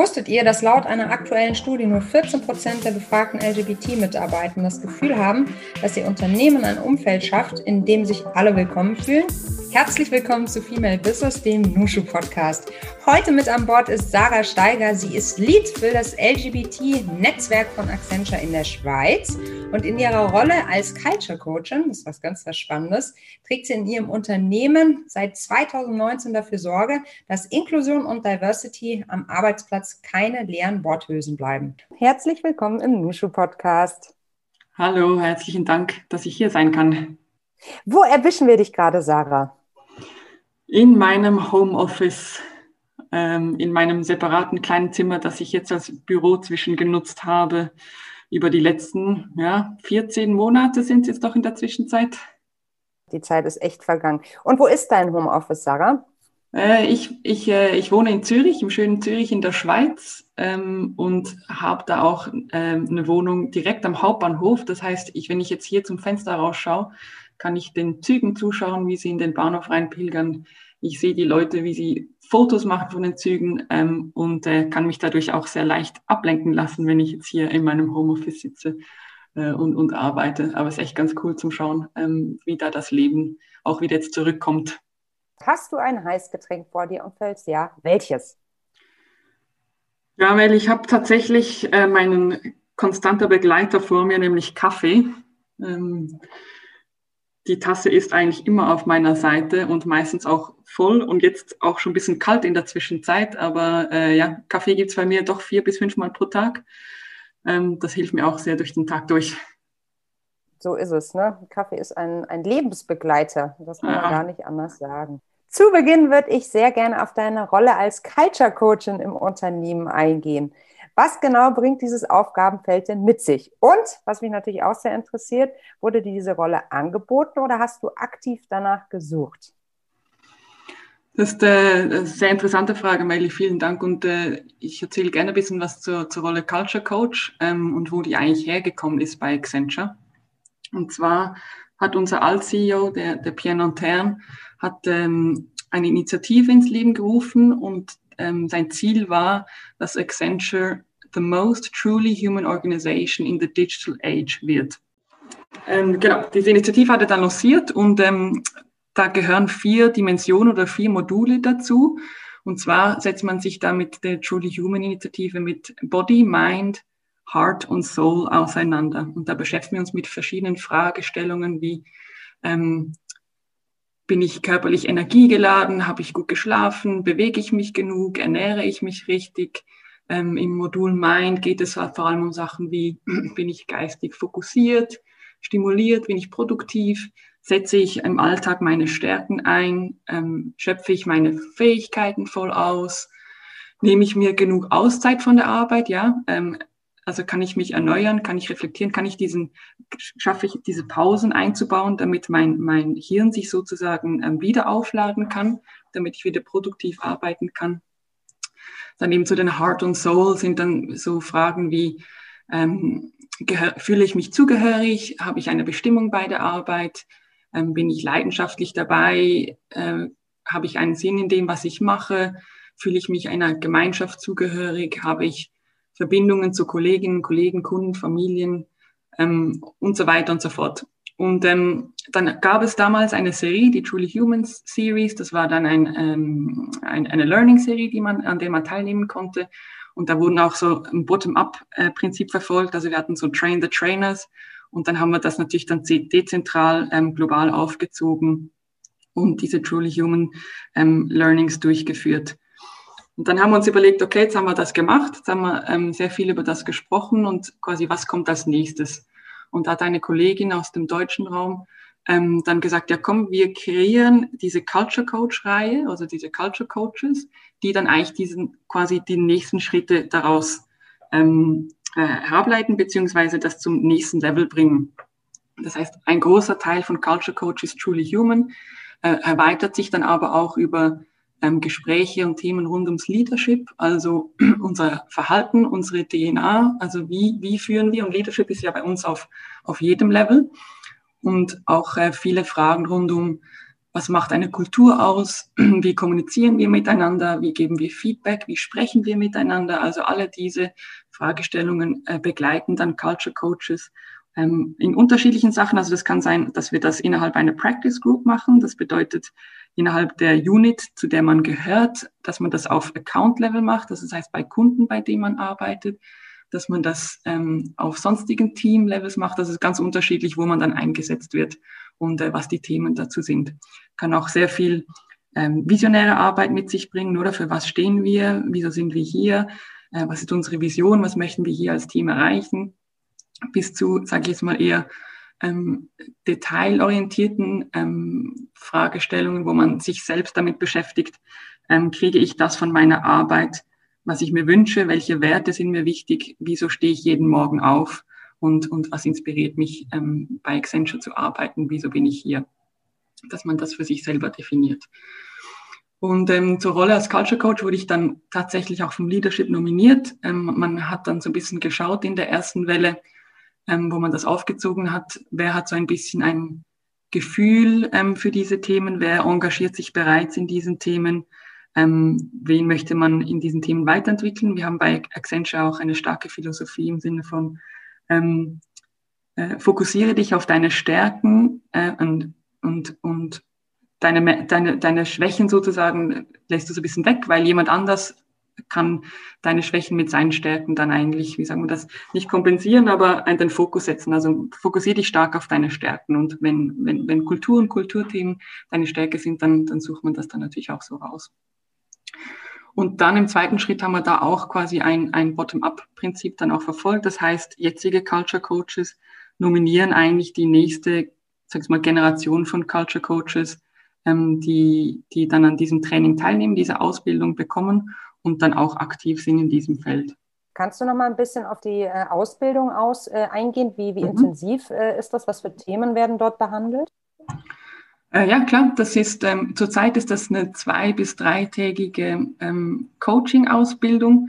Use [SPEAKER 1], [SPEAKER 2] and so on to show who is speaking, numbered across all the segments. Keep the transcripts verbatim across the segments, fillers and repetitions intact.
[SPEAKER 1] Wusstet ihr, dass laut einer aktuellen Studie nur vierzehn Prozent der befragten L G B T-Mitarbeitenden das Gefühl haben, dass ihr Unternehmen ein Umfeld schafft, in dem sich alle willkommen fühlen? Herzlich willkommen zu Female Business, dem Nushu-Podcast. Heute mit an Bord ist Sarah Steiger. Sie ist Lead für das L G B T-Netzwerk von Accenture in der Schweiz. Und in ihrer Rolle als Culture Coachin, das ist was ganz was Spannendes, trägt sie in ihrem Unternehmen seit zweitausendneunzehn dafür Sorge, dass Inklusion und Diversity am Arbeitsplatz keine leeren Worthülsen bleiben. Herzlich willkommen im Nushu-Podcast.
[SPEAKER 2] Hallo, herzlichen Dank, dass ich hier sein kann.
[SPEAKER 1] Wo erwischen wir dich gerade, Sarah?
[SPEAKER 2] In meinem Homeoffice, ähm, in meinem separaten kleinen Zimmer, das ich jetzt als Büro zwischengenutzt habe. Über die letzten ja, vierzehn Monate sind es jetzt doch in der Zwischenzeit.
[SPEAKER 1] Die Zeit ist echt vergangen. Und wo ist dein Homeoffice, Sarah?
[SPEAKER 2] Äh, ich, ich, äh, ich wohne in Zürich, im schönen Zürich in der Schweiz ähm, und habe da auch ähm, eine Wohnung direkt am Hauptbahnhof. Das heißt, ich, wenn ich jetzt hier zum Fenster rausschaue, kann ich den Zügen zuschauen, wie sie in den Bahnhof reinpilgern. Ich sehe die Leute, wie sie Fotos machen von den Zügen ähm, und äh, kann mich dadurch auch sehr leicht ablenken lassen, wenn ich jetzt hier in meinem Homeoffice sitze äh, und, und arbeite. Aber es ist echt ganz cool zum Schauen, ähm, wie da das Leben auch wieder jetzt zurückkommt.
[SPEAKER 1] Hast du ein Heißgetränk vor dir und falls ja, welches?
[SPEAKER 2] Ja, weil ich habe tatsächlich äh, meinen konstanter Begleiter vor mir, nämlich Kaffee. Ähm, Die Tasse ist eigentlich immer auf meiner Seite und meistens auch voll und jetzt auch schon ein bisschen kalt in der Zwischenzeit. Aber äh, ja, Kaffee gibt es bei mir doch vier bis fünf Mal pro Tag. Ähm, das hilft mir auch sehr durch den Tag durch.
[SPEAKER 1] So ist es, ne? Kaffee ist ein, ein Lebensbegleiter. Das kann man
[SPEAKER 2] Ja.
[SPEAKER 1] gar nicht anders sagen. Zu Beginn würde ich sehr gerne auf deine Rolle als Culture Coachin im Unternehmen eingehen. Was genau bringt dieses Aufgabenfeld denn mit sich? Und, was mich natürlich auch sehr interessiert, wurde dir diese Rolle angeboten oder hast du aktiv danach gesucht?
[SPEAKER 2] Das ist äh, eine sehr interessante Frage, Meili. Vielen Dank. Und äh, ich erzähle gerne ein bisschen was zur, zur Rolle Culture Coach ähm, und wo die eigentlich hergekommen ist bei Accenture. Und zwar hat unser Alt-C E O, der, der Pierre Nanterre, hat ähm, eine Initiative ins Leben gerufen und ähm, sein Ziel war, dass Accenture the most truly human organization in the digital age wird. Ähm, genau, diese Initiative hat er dann lanciert und ähm, da gehören vier Dimensionen oder vier Module dazu. Und zwar setzt man sich da mit der Truly Human Initiative mit Body, Mind, Heart und Soul auseinander. Und da beschäftigen wir uns mit verschiedenen Fragestellungen wie, ähm, bin ich körperlich energiegeladen, habe ich gut geschlafen, bewege ich mich genug, ernähre ich mich richtig? Ähm, Im Modul Mind geht es vor allem um Sachen wie, bin ich geistig fokussiert, stimuliert, bin ich produktiv, setze ich im Alltag meine Stärken ein, ähm, schöpfe ich meine Fähigkeiten voll aus, nehme ich mir genug Auszeit von der Arbeit, ja, ähm, also kann ich mich erneuern, kann ich reflektieren, kann ich diesen, schaffe ich diese Pausen einzubauen, damit mein, mein Hirn sich sozusagen ähm, wieder aufladen kann, damit ich wieder produktiv arbeiten kann. Dann eben zu den Heart und Soul sind dann so Fragen wie, ähm, gehör, fühle ich mich zugehörig, habe ich eine Bestimmung bei der Arbeit, ähm, bin ich leidenschaftlich dabei, äh, habe ich einen Sinn in dem, was ich mache, fühle ich mich einer Gemeinschaft zugehörig, habe ich Verbindungen zu Kolleginnen, Kollegen, Kunden, Familien ähm, und so weiter und so fort. Und ähm, dann gab es damals eine Serie, die Truly Humans Series. Das war dann ein, ähm, ein, eine Learning-Serie, die man, an der man teilnehmen konnte. Und da wurden auch so ein Bottom-up-Prinzip verfolgt. Also wir hatten so Train the Trainers. Und dann haben wir das natürlich dann dezentral ähm, global aufgezogen und diese Truly Human ähm, Learnings durchgeführt. Und dann haben wir uns überlegt, okay, jetzt haben wir das gemacht, jetzt haben wir ähm, sehr viel über das gesprochen und quasi, was kommt als nächstes? Und da hat eine Kollegin aus dem deutschen Raum ähm, dann gesagt, ja komm, wir kreieren diese Culture Coach-Reihe, also diese Culture Coaches, die dann eigentlich diesen quasi die nächsten Schritte daraus ähm, äh, herableiten, beziehungsweise das zum nächsten Level bringen. Das heißt, ein großer Teil von Culture Coach ist Truly Human, äh, erweitert sich dann aber auch über ähm, Gespräche und Themen rund ums Leadership, also unser Verhalten, unsere D N A, also wie, wie führen wir, und Leadership ist ja bei uns auf, auf jedem Level, und auch äh, viele Fragen rund um was macht eine Kultur aus, wie kommunizieren wir miteinander, wie geben wir Feedback, wie sprechen wir miteinander. Also alle diese Fragestellungen äh, begleiten dann Culture Coaches ähm, in unterschiedlichen Sachen. Also das kann sein, dass wir das innerhalb einer Practice Group machen. Das bedeutet innerhalb der Unit, zu der man gehört, dass man das auf Account-Level macht. Das heißt bei Kunden, bei denen man arbeitet, dass man das ähm, auf sonstigen Team-Levels macht. Das ist ganz unterschiedlich, wo man dann eingesetzt wird und äh, was die Themen dazu sind. Kann auch sehr viel ähm, visionäre Arbeit mit sich bringen, oder für was stehen wir, wieso sind wir hier, äh, was ist unsere Vision, was möchten wir hier als Team erreichen, bis zu, sage ich jetzt mal, eher ähm, detailorientierten ähm, Fragestellungen, wo man sich selbst damit beschäftigt, ähm, kriege ich das von meiner Arbeit, was ich mir wünsche, welche Werte sind mir wichtig, wieso stehe ich jeden Morgen auf und, und was inspiriert mich, ähm, bei Accenture zu arbeiten, wieso bin ich hier, dass man das für sich selber definiert. Und ähm, zur Rolle als Culture Coach wurde ich dann tatsächlich auch vom Leadership nominiert. Ähm, man hat dann so ein bisschen geschaut in der ersten Welle, ähm, wo man das aufgezogen hat, wer hat so ein bisschen ein Gefühl ähm, für diese Themen, wer engagiert sich bereits in diesen Themen, ähm, wen möchte man in diesen Themen weiterentwickeln. Wir haben bei Accenture auch eine starke Philosophie im Sinne von ähm, äh, fokussiere dich auf deine Stärken äh, und, und, und deine, deine, deine Schwächen sozusagen lässt du so ein bisschen weg, weil jemand anders kann deine Schwächen mit seinen Stärken dann eigentlich, wie sagen wir das, nicht kompensieren, aber den Fokus setzen. Also fokussiere dich stark auf deine Stärken. Und wenn, wenn, wenn Kultur und Kulturthemen deine Stärke sind, dann, dann sucht man das dann natürlich auch so raus. Und dann im zweiten Schritt haben wir da auch quasi ein, ein Bottom-up-Prinzip dann auch verfolgt. Das heißt, jetzige Culture Coaches nominieren eigentlich die nächste, sag ich mal, Generation von Culture Coaches, ähm, die, die dann an diesem Training teilnehmen, diese Ausbildung bekommen und dann auch aktiv sind in diesem Feld.
[SPEAKER 1] Kannst du noch mal ein bisschen auf die äh, Ausbildung aus äh, eingehen? Wie, wie
[SPEAKER 2] Mhm.
[SPEAKER 1] intensiv äh, ist das? Was für Themen werden dort behandelt?
[SPEAKER 2] Äh, ja, klar. Das ist ähm, zurzeit ist das eine zwei- bis dreitägige ähm, Coaching-Ausbildung.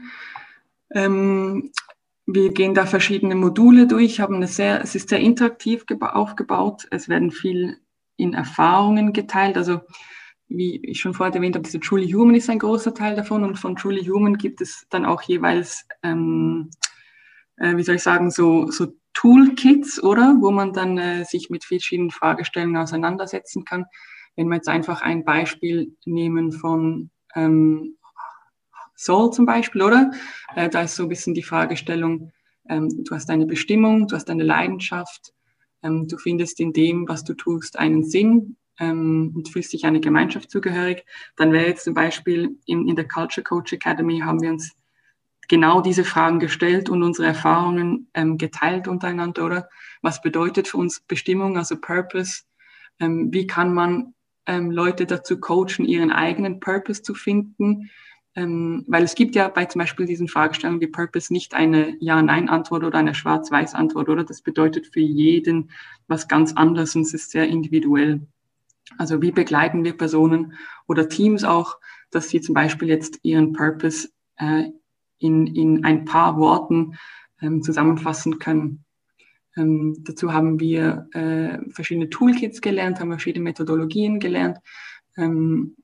[SPEAKER 2] Ähm, wir gehen da verschiedene Module durch, haben eine sehr, es ist sehr interaktiv aufgebaut. Es werden viel in Erfahrungen geteilt. Also wie ich schon vorher erwähnt habe, diese Truly Human ist ein großer Teil davon und von Truly Human gibt es dann auch jeweils, ähm, äh, wie soll ich sagen, so, so Toolkits, oder? Wo man dann äh, sich mit verschiedenen Fragestellungen auseinandersetzen kann. Wenn wir jetzt einfach ein Beispiel nehmen von ähm, Soul zum Beispiel, oder? Äh, da ist so ein bisschen die Fragestellung, ähm, du hast eine Bestimmung, du hast eine Leidenschaft, ähm, du findest in dem, was du tust, einen Sinn, ähm, und fühlst dich einer Gemeinschaft zugehörig, dann wäre jetzt zum Beispiel in, in der Culture Coach Academy haben wir uns genau diese Fragen gestellt und unsere Erfahrungen ähm, geteilt untereinander, oder? Was bedeutet für uns Bestimmung, also Purpose? Ähm, wie kann man ähm, Leute dazu coachen, ihren eigenen Purpose zu finden? Ähm, weil es gibt ja bei zum Beispiel diesen Fragestellungen wie Purpose nicht eine Ja-Nein-Antwort oder eine Schwarz-Weiß-Antwort, oder? Das bedeutet für jeden was ganz anderes und es ist sehr individuell. Also wie begleiten wir Personen oder Teams auch, dass sie zum Beispiel jetzt ihren Purpose äh, in, in ein paar Worten ähm, zusammenfassen können. Ähm, dazu haben wir äh, verschiedene Toolkits gelernt, haben verschiedene Methodologien gelernt. Ähm,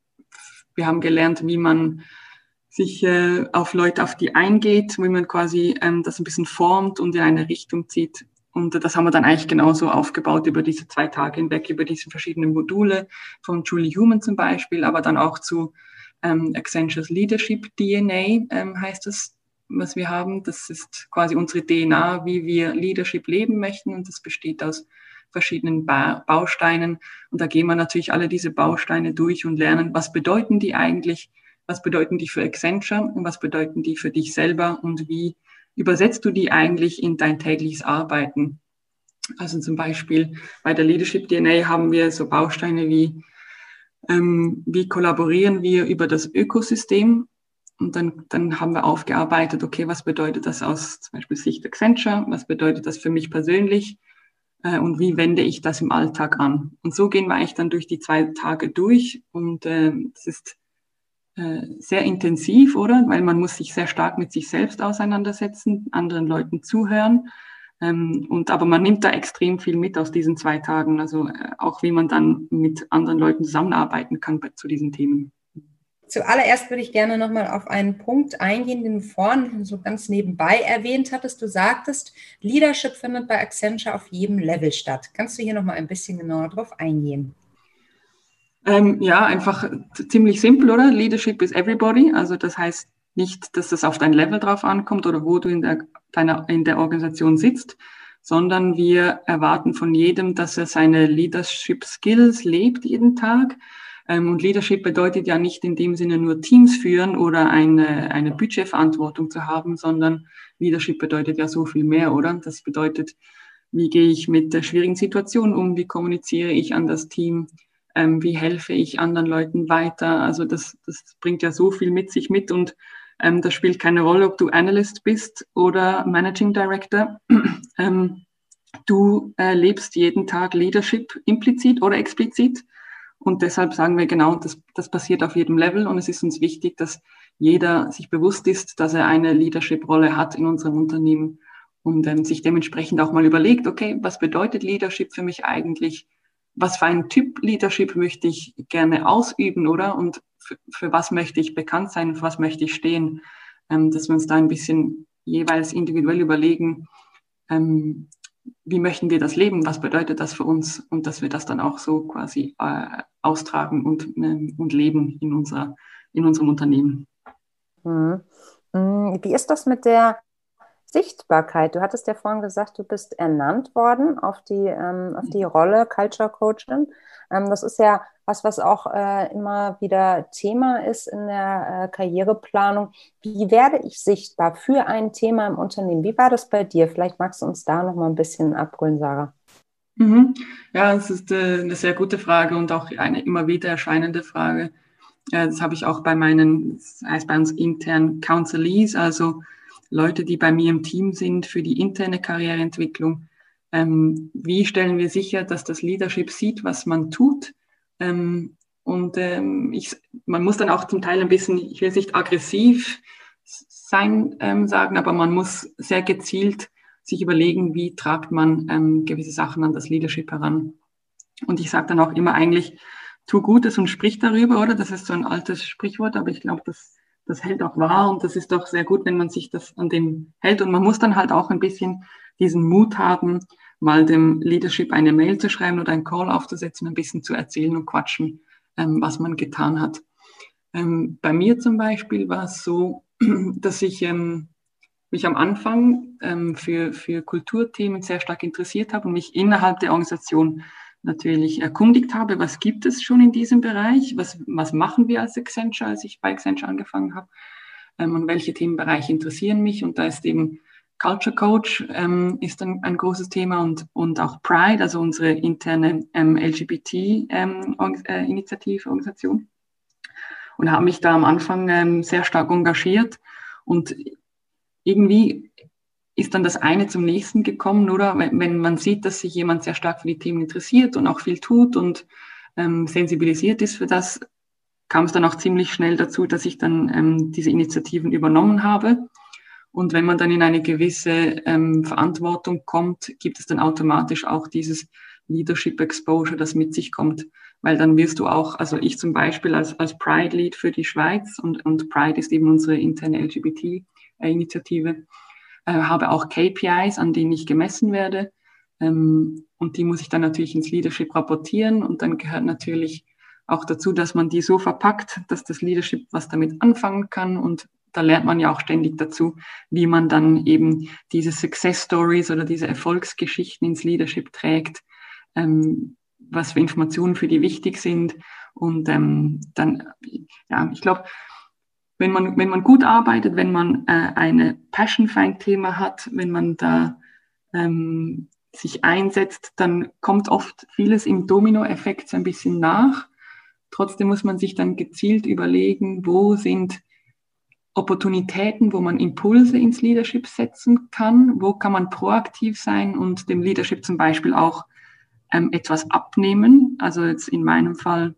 [SPEAKER 2] wir haben gelernt, wie man sich äh, auf Leute, auf die eingeht, wie man quasi ähm, das ein bisschen formt und in eine Richtung zieht. Und das haben wir dann eigentlich genauso aufgebaut über diese zwei Tage hinweg, über diese verschiedenen Module von Truly Human zum Beispiel, aber dann auch zu ähm, Accentures Leadership D N A ähm, heißt das, was wir haben. Das ist quasi unsere D N A, wie wir Leadership leben möchten und das besteht aus verschiedenen ba- Bausteinen. Und da gehen wir natürlich alle diese Bausteine durch und lernen, was bedeuten die eigentlich, was bedeuten die für Accenture und was bedeuten die für dich selber und wie übersetzt du die eigentlich in dein tägliches Arbeiten? Also zum Beispiel bei der Leadership D N A haben wir so Bausteine wie, ähm, wie kollaborieren wir über das Ökosystem? Und dann, dann haben wir aufgearbeitet, okay, was bedeutet das aus zum Beispiel Sicht Accenture? Was bedeutet das für mich persönlich? Äh, und wie wende ich das im Alltag an? Und so gehen wir eigentlich dann durch die zwei Tage durch. Und äh, das ist sehr intensiv, oder? Weil man muss sich sehr stark mit sich selbst auseinandersetzen, anderen Leuten zuhören, Ähm, und, aber man nimmt da extrem viel mit aus diesen zwei Tagen, also äh, auch wie man dann mit anderen Leuten zusammenarbeiten kann bei, zu diesen Themen.
[SPEAKER 1] Zuallererst würde ich gerne nochmal auf einen Punkt eingehen, den du vorhin so ganz nebenbei erwähnt hattest. Du sagtest, Leadership findet bei Accenture auf jedem Level statt. Kannst du hier nochmal ein bisschen genauer drauf eingehen?
[SPEAKER 2] Ähm, ja, einfach ziemlich simpel, oder? Leadership is everybody. Also das heißt nicht, dass es auf dein Level drauf ankommt oder wo du in der, deiner, in der Organisation sitzt, sondern wir erwarten von jedem, dass er seine Leadership Skills lebt jeden Tag. Und Leadership bedeutet ja nicht in dem Sinne nur Teams führen oder eine, eine Budgetverantwortung zu haben, sondern Leadership bedeutet ja so viel mehr, oder? Das bedeutet, wie gehe ich mit der schwierigen Situation um? Wie kommuniziere ich an das Team? Ähm, wie helfe ich anderen Leuten weiter? Also das, das bringt ja so viel mit sich mit und ähm, das spielt keine Rolle, ob du Analyst bist oder Managing Director. ähm, du äh, lebst jeden Tag Leadership implizit oder explizit. Und deshalb sagen wir genau, das, das passiert auf jedem Level. Und es ist uns wichtig, dass jeder sich bewusst ist, dass er eine Leadership-Rolle hat in unserem Unternehmen und ähm, sich dementsprechend auch mal überlegt, okay, was bedeutet Leadership für mich eigentlich? Was für ein Typ Leadership möchte ich gerne ausüben, oder? Und für, für was möchte ich bekannt sein, für was möchte ich stehen? Ähm, dass wir uns da ein bisschen jeweils individuell überlegen, ähm, wie möchten wir das leben, was bedeutet das für uns und dass wir das dann auch so quasi äh, austragen und, äh, und leben in, unserer, in unserem Unternehmen.
[SPEAKER 1] Mhm. Wie ist das mit der Sichtbarkeit? Du hattest ja vorhin gesagt, du bist ernannt worden auf die, ähm, auf die Rolle Culture Coachin. Ähm, das ist ja was, was auch äh, immer wieder Thema ist in der äh, Karriereplanung. Wie werde ich sichtbar für ein Thema im Unternehmen? Wie war das bei dir? Vielleicht magst du uns da noch mal ein bisschen abholen, Sarah.
[SPEAKER 2] Mhm. Ja, das ist äh, eine sehr gute Frage und auch eine immer wieder erscheinende Frage. Äh, das habe ich auch bei meinen, das heißt bei uns intern Counselees, also Leute, die bei mir im Team sind für die interne Karriereentwicklung. Ähm, wie stellen wir sicher, dass das Leadership sieht, was man tut? Ähm, und ähm, ich, man muss dann auch zum Teil ein bisschen, ich will nicht aggressiv sein, ähm, sagen, aber man muss sehr gezielt sich überlegen, wie tragt man ähm, gewisse Sachen an das Leadership heran. Und ich sage dann auch immer eigentlich, tu Gutes und sprich darüber, oder? Das ist so ein altes Sprichwort, aber ich glaube, das, das hält auch wahr und das ist doch sehr gut, wenn man sich das an dem hält. Und man muss dann halt auch ein bisschen diesen Mut haben, mal dem Leadership eine Mail zu schreiben oder einen Call aufzusetzen, ein bisschen zu erzählen und quatschen, ähm, was man getan hat. Ähm, bei mir zum Beispiel war es so, dass ich ähm, mich am Anfang ähm, für, für Kulturthemen sehr stark interessiert habe und mich innerhalb der Organisation natürlich erkundigt habe, was gibt es schon in diesem Bereich, was, was machen wir als Accenture, als ich bei Accenture angefangen habe ähm, und welche Themenbereiche interessieren mich. Und da ist eben Culture Coach ähm, ist ein, ein großes Thema und, und auch Pride, also unsere interne ähm, L G B T-Initiative, ähm, Organisation. Und habe mich da am Anfang ähm, sehr stark engagiert und irgendwie ist dann das eine zum nächsten gekommen, oder? Wenn, wenn man sieht, dass sich jemand sehr stark für die Themen interessiert und auch viel tut und ähm, sensibilisiert ist für das, kam es dann auch ziemlich schnell dazu, dass ich dann ähm, diese Initiativen übernommen habe. Und wenn man dann in eine gewisse ähm, Verantwortung kommt, gibt es dann automatisch auch dieses Leadership Exposure, das mit sich kommt. Weil dann wirst du auch, also ich zum Beispiel als, als Pride Lead für die Schweiz und, und Pride ist eben unsere interne L G B T-Initiative, äh, habe auch K P Is, an denen ich gemessen werde. Ähm, und die muss ich dann natürlich ins Leadership rapportieren. Und dann gehört natürlich auch dazu, dass man die so verpackt, dass das Leadership was damit anfangen kann. Und da lernt man ja auch ständig dazu, wie man dann eben diese Success Stories oder diese Erfolgsgeschichten ins Leadership trägt, ähm, was für Informationen für die wichtig sind. Und ähm, dann, ja, ich glaube, wenn man, wenn man gut arbeitet, wenn man äh, eine Passion für ein Thema hat, wenn man da ähm, sich einsetzt, dann kommt oft vieles im Dominoeffekt so ein bisschen nach. Trotzdem muss man sich dann gezielt überlegen, wo sind Opportunitäten, wo man Impulse ins Leadership setzen kann, wo kann man proaktiv sein und dem Leadership zum Beispiel auch ähm, etwas abnehmen. Also jetzt in meinem Fall,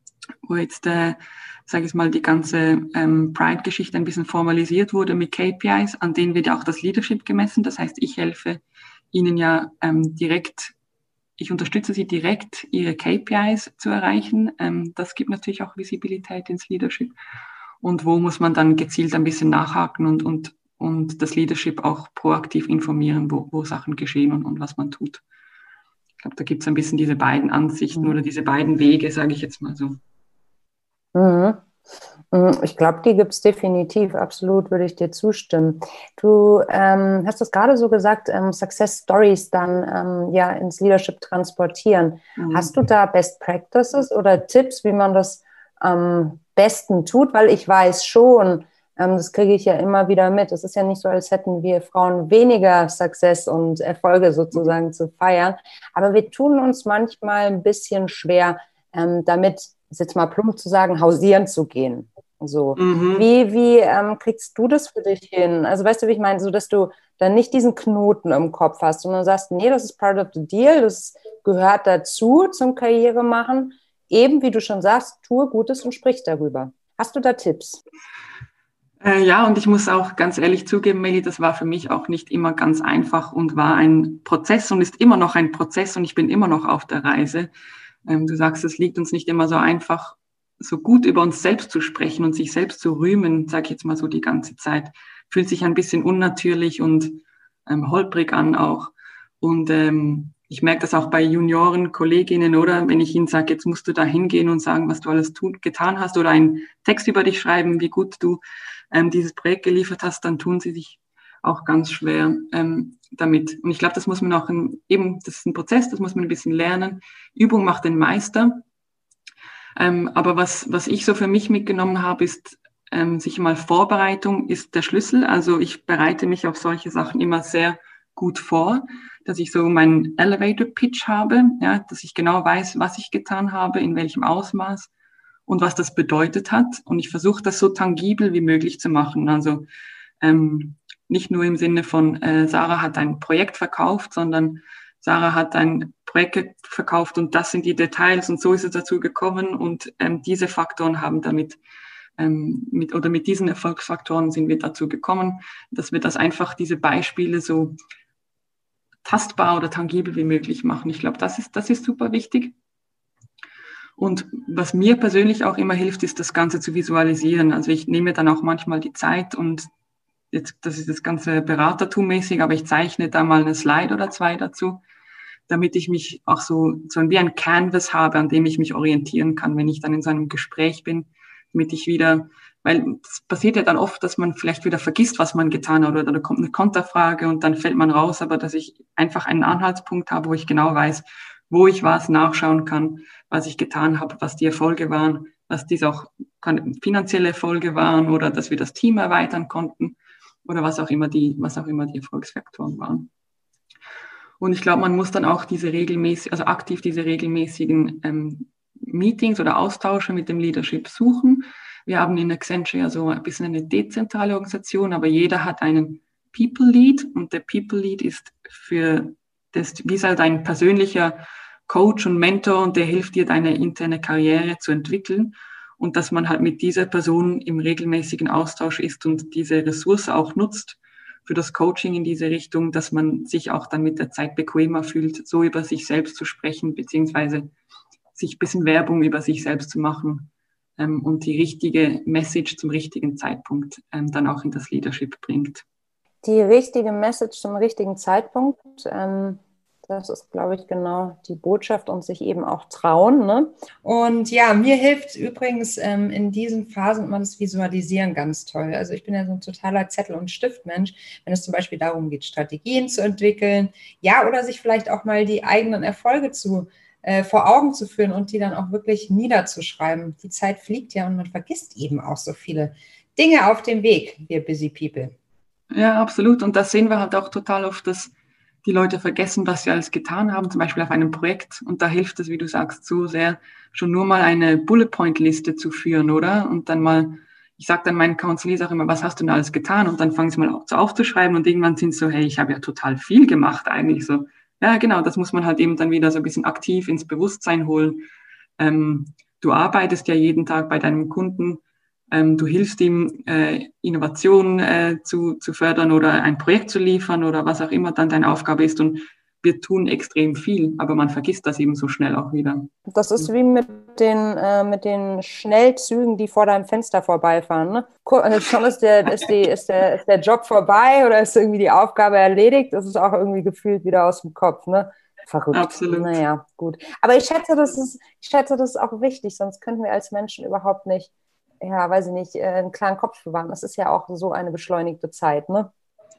[SPEAKER 2] wo jetzt, äh, sage ich mal, die ganze ähm, Pride-Geschichte ein bisschen formalisiert wurde mit K P Is, an denen wird ja auch das Leadership gemessen. Das heißt, ich helfe ihnen ja ähm, direkt, ich unterstütze sie direkt, ihre K P Is zu erreichen. Ähm, das gibt natürlich auch Visibilität ins Leadership. Und wo muss man dann gezielt ein bisschen nachhaken und, und, und das Leadership auch proaktiv informieren, wo, wo Sachen geschehen und, und was man tut. Ich glaube, da gibt es ein bisschen diese beiden Ansichten oder diese beiden Wege, sage ich jetzt mal so.
[SPEAKER 3] Mhm. Ich glaube, die gibt es definitiv, absolut, würde ich dir zustimmen. Du ähm, hast das gerade so gesagt, ähm, Success Stories dann ähm, ja ins Leadership transportieren. Mhm. Hast du da Best Practices oder Tipps, wie man das am besten tut? Weil ich weiß schon, ähm, das kriege ich ja immer wieder mit. Es ist ja nicht so, als hätten wir Frauen weniger Success und Erfolge sozusagen mhm. zu feiern. Aber wir tun uns manchmal ein bisschen schwer, ähm, damit, ist jetzt mal plump zu sagen, hausieren zu gehen. So. Mhm. Wie, wie ähm, kriegst du das für dich hin? Also weißt du, wie ich meine, so dass du dann nicht diesen Knoten im Kopf hast, sondern sagst, nee, das ist part of the deal, das gehört dazu zum Karrieremachen. Eben, wie du schon sagst, tue Gutes und sprich darüber. Hast du da Tipps?
[SPEAKER 2] Äh, ja, und ich muss auch ganz ehrlich zugeben, Meli, das war für mich auch nicht immer ganz einfach und war ein Prozess und ist immer noch ein Prozess und ich bin immer noch auf der Reise. Ähm, du sagst, es liegt uns nicht immer so einfach, so gut über uns selbst zu sprechen und sich selbst zu rühmen, sage ich jetzt mal so die ganze Zeit, fühlt sich ein bisschen unnatürlich und ähm, holprig an auch. Und ähm, ich merke das auch bei Junioren, Kolleginnen, oder wenn ich ihnen sage, jetzt musst du da hingehen und sagen, was du alles tun, getan hast oder einen Text über dich schreiben, wie gut du ähm, dieses Projekt geliefert hast, dann tun sie sich auch ganz schwer ähm, damit. Und ich glaube, das muss man auch, in, eben, das ist ein Prozess, das muss man ein bisschen lernen. Übung macht den Meister. Ähm, aber was, was ich so für mich mitgenommen habe, ist ähm, sicher mal Vorbereitung ist der Schlüssel. Also ich bereite mich auf solche Sachen immer sehr gut vor, dass ich so meinen Elevator Pitch habe, ja, dass ich genau weiß, was ich getan habe, in welchem Ausmaß und was das bedeutet hat. Und ich versuche das so tangibel wie möglich zu machen. Also ähm, nicht nur im Sinne von äh, Sarah hat ein Projekt verkauft, sondern Sarah hat ein Projekt verkauft und das sind die Details und so ist es dazu gekommen und ähm, diese Faktoren haben damit ähm, mit oder mit diesen Erfolgsfaktoren sind wir dazu gekommen, dass wir das einfach diese Beispiele so tastbar oder tangibel wie möglich machen. Ich glaube, das ist das ist super wichtig. Und was mir persönlich auch immer hilft, ist das Ganze zu visualisieren. Also ich nehme dann auch manchmal die Zeit und jetzt, das ist das ganze Beratertum-mäßig, aber ich zeichne da mal eine Slide oder zwei dazu, damit ich mich auch so, so wie ein Canvas habe, an dem ich mich orientieren kann, wenn ich dann in so einem Gespräch bin, damit ich wieder, weil es passiert ja dann oft, dass man vielleicht wieder vergisst, was man getan hat, oder da kommt eine Konterfrage und dann fällt man raus, aber dass ich einfach einen Anhaltspunkt habe, wo ich genau weiß, wo ich was nachschauen kann, was ich getan habe, was die Erfolge waren, was dies auch finanzielle Erfolge waren oder dass wir das Team erweitern konnten oder was auch immer die, was auch immer die Erfolgsfaktoren waren. Und ich glaube, man muss dann auch diese regelmäßig, also aktiv diese regelmäßigen ähm, Meetings oder Austausche mit dem Leadership suchen. Wir haben in Accenture ja so ein bisschen eine dezentrale Organisation, aber jeder hat einen People Lead und der People Lead ist für das, wie ist halt ein persönlicher Coach und Mentor und der hilft dir, deine interne Karriere zu entwickeln und dass man halt mit dieser Person im regelmäßigen Austausch ist und diese Ressource auch nutzt für das Coaching in diese Richtung, dass man sich auch dann mit der Zeit bequemer fühlt, so über sich selbst zu sprechen, beziehungsweise sich ein bisschen Werbung über sich selbst zu machen ähm, und die richtige Message zum richtigen Zeitpunkt ähm, dann auch in das Leadership bringt.
[SPEAKER 3] Die richtige Message zum richtigen Zeitpunkt, ähm das ist, glaube ich, genau die Botschaft und sich eben auch trauen. Ne?
[SPEAKER 1] Und ja, mir hilft übrigens ähm, in diesen Phasen immer das Visualisieren ganz toll. Also ich bin ja so ein totaler Zettel- und Stiftmensch, wenn es zum Beispiel darum geht, Strategien zu entwickeln, ja, oder sich vielleicht auch mal die eigenen Erfolge zu, äh, vor Augen zu führen und die dann auch wirklich niederzuschreiben. Die Zeit fliegt ja und man vergisst eben auch so viele Dinge auf dem Weg, wir Busy People.
[SPEAKER 2] Ja, absolut. Und das sehen wir halt auch total oft, dass die Leute vergessen, was sie alles getan haben, zum Beispiel auf einem Projekt. Und da hilft es, wie du sagst, so sehr, schon nur mal eine Bullet-Point-Liste zu führen, oder? Und dann mal, ich sage dann meinen Counselors auch immer, was hast du denn alles getan? Und dann fangen sie mal so aufzuschreiben und irgendwann sind sie so, hey, ich habe ja total viel gemacht eigentlich so. Ja, genau, das muss man halt eben dann wieder so ein bisschen aktiv ins Bewusstsein holen. Ähm, du arbeitest ja jeden Tag bei deinem Kunden Ähm, du hilfst ihm, äh, Innovationen äh, zu, zu fördern oder ein Projekt zu liefern oder was auch immer dann deine Aufgabe ist. Und wir tun extrem viel, aber man vergisst das eben so schnell auch wieder.
[SPEAKER 3] Das ist wie mit den, äh, mit den Schnellzügen, die vor deinem Fenster vorbeifahren. Ne? Schon ist der, ist, die, ist, der, ist der Job vorbei oder ist irgendwie die Aufgabe erledigt, das ist auch irgendwie gefühlt wieder aus dem Kopf. Ne? Verrückt.
[SPEAKER 2] Absolut.
[SPEAKER 3] Naja, gut. Aber ich schätze, das ist, ich schätze, das ist auch wichtig, sonst könnten wir als Menschen überhaupt nicht, ja, weiß ich nicht, einen klaren Kopf bewahren. Das ist ja auch so eine beschleunigte Zeit, ne?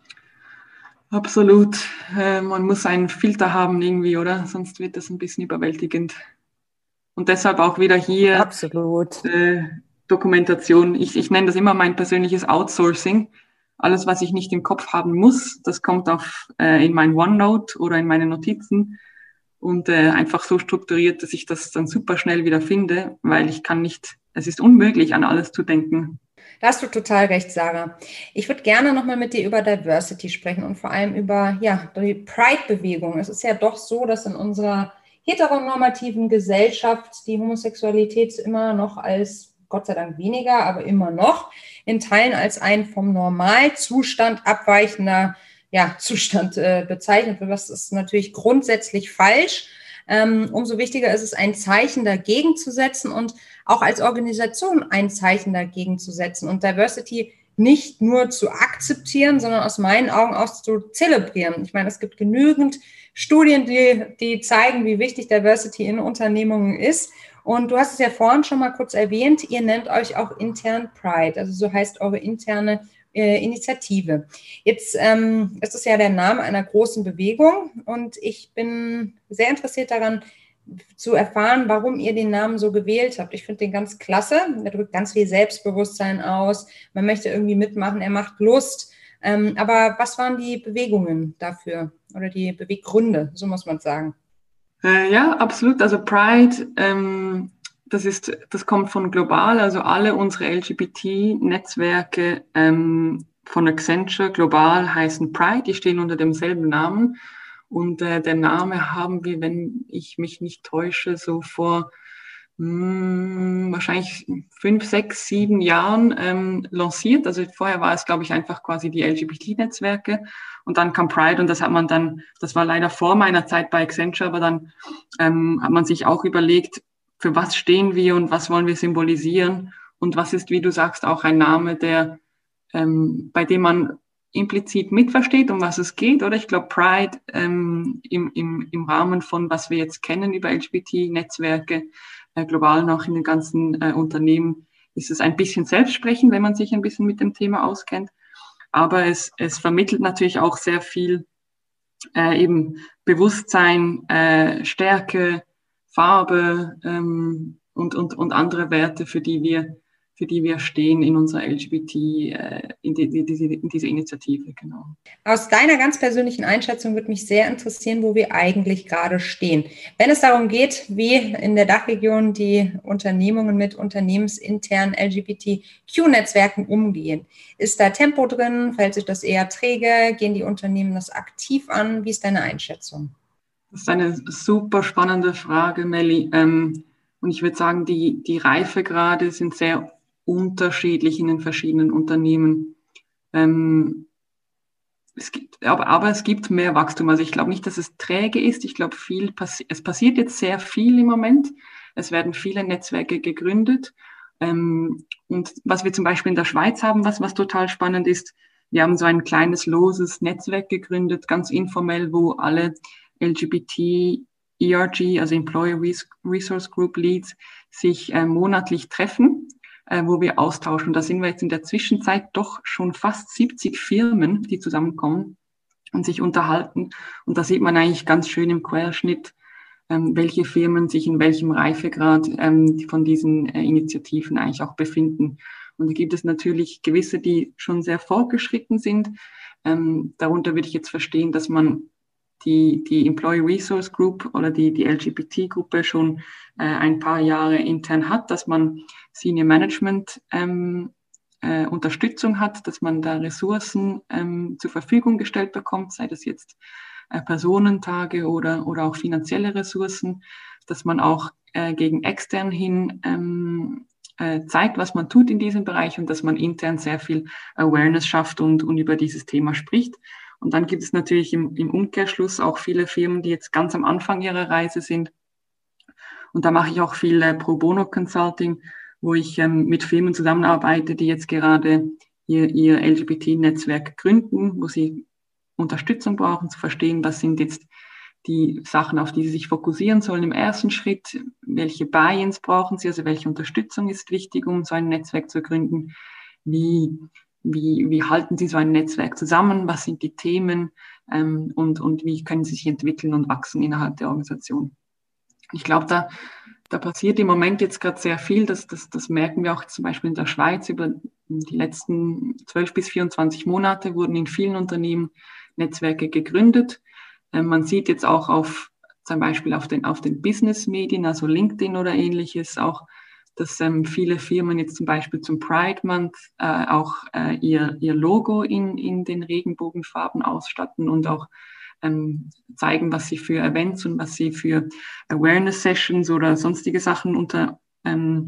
[SPEAKER 2] Absolut. Äh, man muss einen Filter haben irgendwie, oder? Sonst wird das ein bisschen überwältigend. Und deshalb auch wieder hier
[SPEAKER 3] Absolut.
[SPEAKER 2] Äh, Dokumentation. Ich, ich nenne das immer mein persönliches Outsourcing. Alles, was ich nicht im Kopf haben muss, das kommt auf, äh, in mein OneNote oder in meine Notizen und äh, einfach so strukturiert, dass ich das dann super schnell wieder finde, weil ich kann nicht, es ist unmöglich, an alles zu denken.
[SPEAKER 1] Da hast du total recht, Sarah. Ich würde gerne nochmal mit dir über Diversity sprechen und vor allem über ja, die Pride-Bewegung. Es ist ja doch so, dass in unserer heteronormativen Gesellschaft die Homosexualität immer noch als, Gott sei Dank weniger, aber immer noch in Teilen als ein vom Normalzustand abweichender ja, Zustand äh, bezeichnet wird. Das ist natürlich grundsätzlich falsch. Ähm, umso wichtiger ist es, ein Zeichen dagegen zu setzen und auch als Organisation ein Zeichen dagegen zu setzen und Diversity nicht nur zu akzeptieren, sondern aus meinen Augen auch zu zelebrieren. Ich meine, es gibt genügend Studien, die, die zeigen, wie wichtig Diversity in Unternehmungen ist. Und du hast es ja vorhin schon mal kurz erwähnt, ihr nennt euch auch intern Pride, also so heißt eure interne äh, Initiative. Jetzt ähm, ist es ja der Name einer großen Bewegung und ich bin sehr interessiert daran, zu erfahren, warum ihr den Namen so gewählt habt. Ich finde den ganz klasse. Er drückt ganz viel Selbstbewusstsein aus. Man möchte irgendwie mitmachen. Er macht Lust. Ähm, aber was waren die Bewegungen dafür oder die Beweggründe? So muss man sagen.
[SPEAKER 2] Äh, ja, absolut. Also Pride, ähm, das ist, das kommt von global. Also alle unsere L G B T-Netzwerke ähm, von Accenture global heißen Pride. Die stehen unter demselben Namen. Und äh, der Name haben wir, wenn ich mich nicht täusche, so vor mh, wahrscheinlich fünf, sechs, sieben Jahren ähm, lanciert. Also vorher war es, glaube ich, einfach quasi die L G B T-Netzwerke. Und dann kam Pride und das hat man dann, das war leider vor meiner Zeit bei Accenture, aber dann ähm, hat man sich auch überlegt, für was stehen wir und was wollen wir symbolisieren und was ist, wie du sagst, auch ein Name, der ähm, bei dem man implizit mitversteht, um was es geht, oder? Ich glaube, Pride ähm, im, im, im Rahmen von, was wir jetzt kennen über L G B T-Netzwerke, äh, global noch in den ganzen äh, Unternehmen, ist es ein bisschen Selbstsprechen, wenn man sich ein bisschen mit dem Thema auskennt. Aber es, es vermittelt natürlich auch sehr viel äh, eben Bewusstsein, äh, Stärke, Farbe ähm, und, und, und andere Werte, für die wir für die wir stehen in unserer L G B T, äh, in, die, die, die, in dieser Initiative, genau.
[SPEAKER 1] Aus deiner ganz persönlichen Einschätzung würde mich sehr interessieren, wo wir eigentlich gerade stehen. Wenn es darum geht, wie in der Dachregion die Unternehmungen mit unternehmensinternen L G B T Q-Netzwerken umgehen. Ist da Tempo drin? Fällt sich das eher träge? Gehen die Unternehmen das aktiv an? Wie ist deine Einschätzung?
[SPEAKER 2] Das ist eine super spannende Frage, Melli. Ähm, und ich würde sagen, die, die Reifegrade sind sehr unterschiedlich in den verschiedenen Unternehmen. Ähm, es gibt, aber, aber es gibt mehr Wachstum. Also ich glaube nicht, dass es träge ist. Ich glaube, viel passi- es passiert jetzt sehr viel im Moment. Es werden viele Netzwerke gegründet. Ähm, und was wir zum Beispiel in der Schweiz haben, was, was total spannend ist, wir haben so ein kleines loses Netzwerk gegründet, ganz informell, wo alle L G B T E R G, also Employer Resource Group Leads, sich äh, monatlich treffen, äh, wo wir austauschen. Da sind wir jetzt in der Zwischenzeit doch schon fast siebzig Firmen, die zusammenkommen und sich unterhalten. Und da sieht man eigentlich ganz schön im Querschnitt, ähm, welche Firmen sich in welchem Reifegrad ähm, von diesen äh, Initiativen eigentlich auch befinden. Und da gibt es natürlich gewisse, die schon sehr fortgeschritten sind. Ähm, darunter würde ich jetzt verstehen, dass man die, die Employee Resource Group oder die, die L G B T-Gruppe schon äh, ein paar Jahre intern hat, dass man Senior Management ähm, äh, Unterstützung hat, dass man da Ressourcen ähm, zur Verfügung gestellt bekommt, sei das jetzt äh, Personentage oder, oder auch finanzielle Ressourcen, dass man auch äh, gegen extern hin ähm, äh, zeigt, was man tut in diesem Bereich und dass man intern sehr viel Awareness schafft und, und über dieses Thema spricht. Und dann gibt es natürlich im, im Umkehrschluss auch viele Firmen, die jetzt ganz am Anfang ihrer Reise sind. Und da mache ich auch viel äh, Pro Bono Consulting, wo ich ähm, mit Firmen zusammenarbeite, die jetzt gerade ihr, ihr L G B T-Netzwerk gründen, wo sie Unterstützung brauchen, zu verstehen, was sind jetzt die Sachen, auf die sie sich fokussieren sollen im ersten Schritt, welche Buy-ins brauchen sie, also welche Unterstützung ist wichtig, um so ein Netzwerk zu gründen, wie, wie, wie halten sie so ein Netzwerk zusammen, was sind die Themen ähm, und, und wie können sie sich entwickeln und wachsen innerhalb der Organisation. Ich glaube, da, da passiert im Moment jetzt gerade sehr viel, das, das, das merken wir auch zum Beispiel in der Schweiz. Über die letzten zwölf bis vierundzwanzig Monate wurden in vielen Unternehmen Netzwerke gegründet. Ähm, man sieht jetzt auch auf, zum Beispiel auf den, auf den Business-Medien, also LinkedIn oder ähnliches, auch, dass ähm, viele Firmen jetzt zum Beispiel zum Pride Month äh, auch äh, ihr, ihr Logo in, in den Regenbogenfarben ausstatten und auch ähm, zeigen, was sie für Events und was sie für Awareness-Sessions oder sonstige Sachen unter, ähm,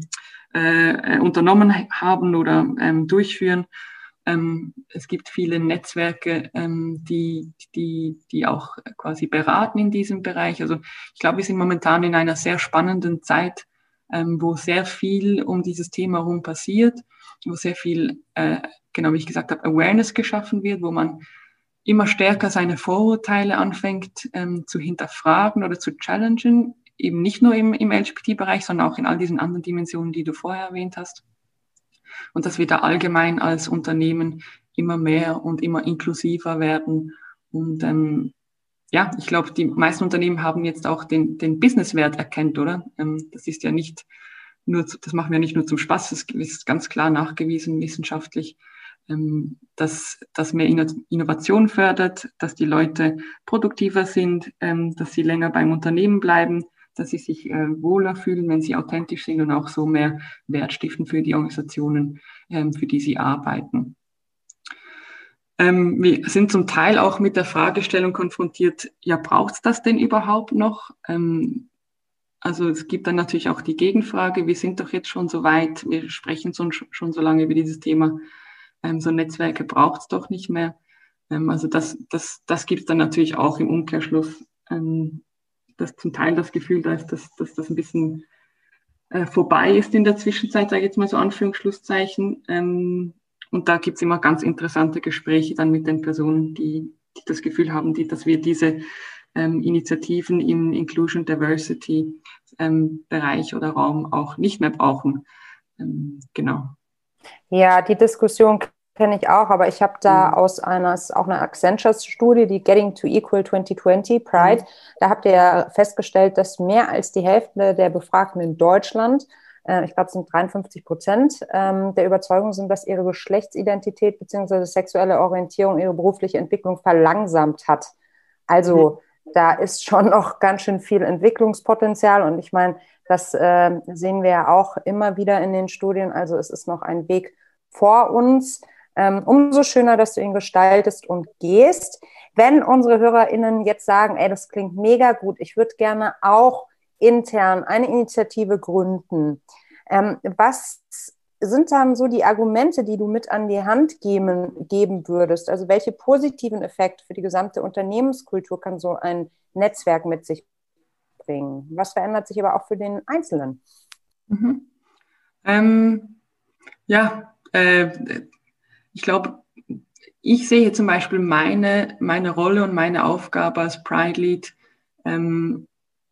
[SPEAKER 2] äh, unternommen haben oder ähm, durchführen. Ähm, es gibt viele Netzwerke, ähm, die, die, die auch quasi beraten in diesem Bereich. Also ich glaube, wir sind momentan in einer sehr spannenden Zeit, ähm, wo sehr viel um dieses Thema herum passiert, wo sehr viel, äh, genau wie ich gesagt habe, Awareness geschaffen wird, wo man immer stärker seine Vorurteile anfängt ähm, zu hinterfragen oder zu challengen, eben nicht nur im, im L G B T-Bereich, sondern auch in all diesen anderen Dimensionen, die du vorher erwähnt hast. Und dass wir da allgemein als Unternehmen immer mehr und immer inklusiver werden. Und ähm, ja, ich glaube, die meisten Unternehmen haben jetzt auch den, den Businesswert erkannt, oder? Ähm, das ist ja nicht nur, das machen wir nicht nur zum Spaß, das ist ganz klar nachgewiesen wissenschaftlich, ähm, dass das mehr Innovation fördert, dass die Leute produktiver sind, ähm, dass sie länger beim Unternehmen bleiben, dass sie sich äh, wohler fühlen, wenn sie authentisch sind und auch so mehr Wert stiften für die Organisationen, ähm, für die sie arbeiten. Ähm, wir sind zum Teil auch mit der Fragestellung konfrontiert, ja, braucht es das denn überhaupt noch? Ähm, also es gibt dann natürlich auch die Gegenfrage, wir sind doch jetzt schon so weit, wir sprechen schon, schon so lange über dieses Thema, ähm, so Netzwerke braucht es doch nicht mehr. Ähm, also das, das, das gibt es dann natürlich auch im Umkehrschluss, ähm, dass zum Teil das Gefühl da ist, dass, dass das ein bisschen äh, vorbei ist in der Zwischenzeit, sage ich jetzt mal so Anführungsschlusszeichen. Ähm, und da gibt es immer ganz interessante Gespräche dann mit den Personen, die, die das Gefühl haben, die, dass wir diese ähm, Initiativen im Inclusion Diversity ähm, Bereich oder Raum auch nicht mehr brauchen. Ähm, genau.
[SPEAKER 3] Ja, die Diskussion kenne ich auch, aber ich habe da mhm. aus einer, auch einer Accenture-Studie, die Getting to Equal zwanzig zwanzig, Pride, mhm. da habt ihr ja festgestellt, dass mehr als die Hälfte der Befragten in Deutschland, äh, ich glaube es sind dreiundfünfzig Prozent, ähm, der Überzeugung sind, dass ihre Geschlechtsidentität bzw. sexuelle Orientierung ihre berufliche Entwicklung verlangsamt hat. Also mhm. da ist schon noch ganz schön viel Entwicklungspotenzial und ich meine, das äh, sehen wir ja auch immer wieder in den Studien, also es ist noch ein Weg vor uns. Ähm, umso schöner, dass du ihn gestaltest und gehst. Wenn unsere HörerInnen jetzt sagen, ey, das klingt mega gut, ich würde gerne auch intern eine Initiative gründen. Ähm, was sind dann so die Argumente, die du mit an die Hand geben, geben würdest? Also welche positiven Effekte für die gesamte Unternehmenskultur kann so ein Netzwerk mit sich bringen? Was verändert sich aber auch für den Einzelnen?
[SPEAKER 2] Mhm. Ähm, ja, äh, ich glaube, ich sehe zum Beispiel meine, meine Rolle und meine Aufgabe als Pride Lead, ähm,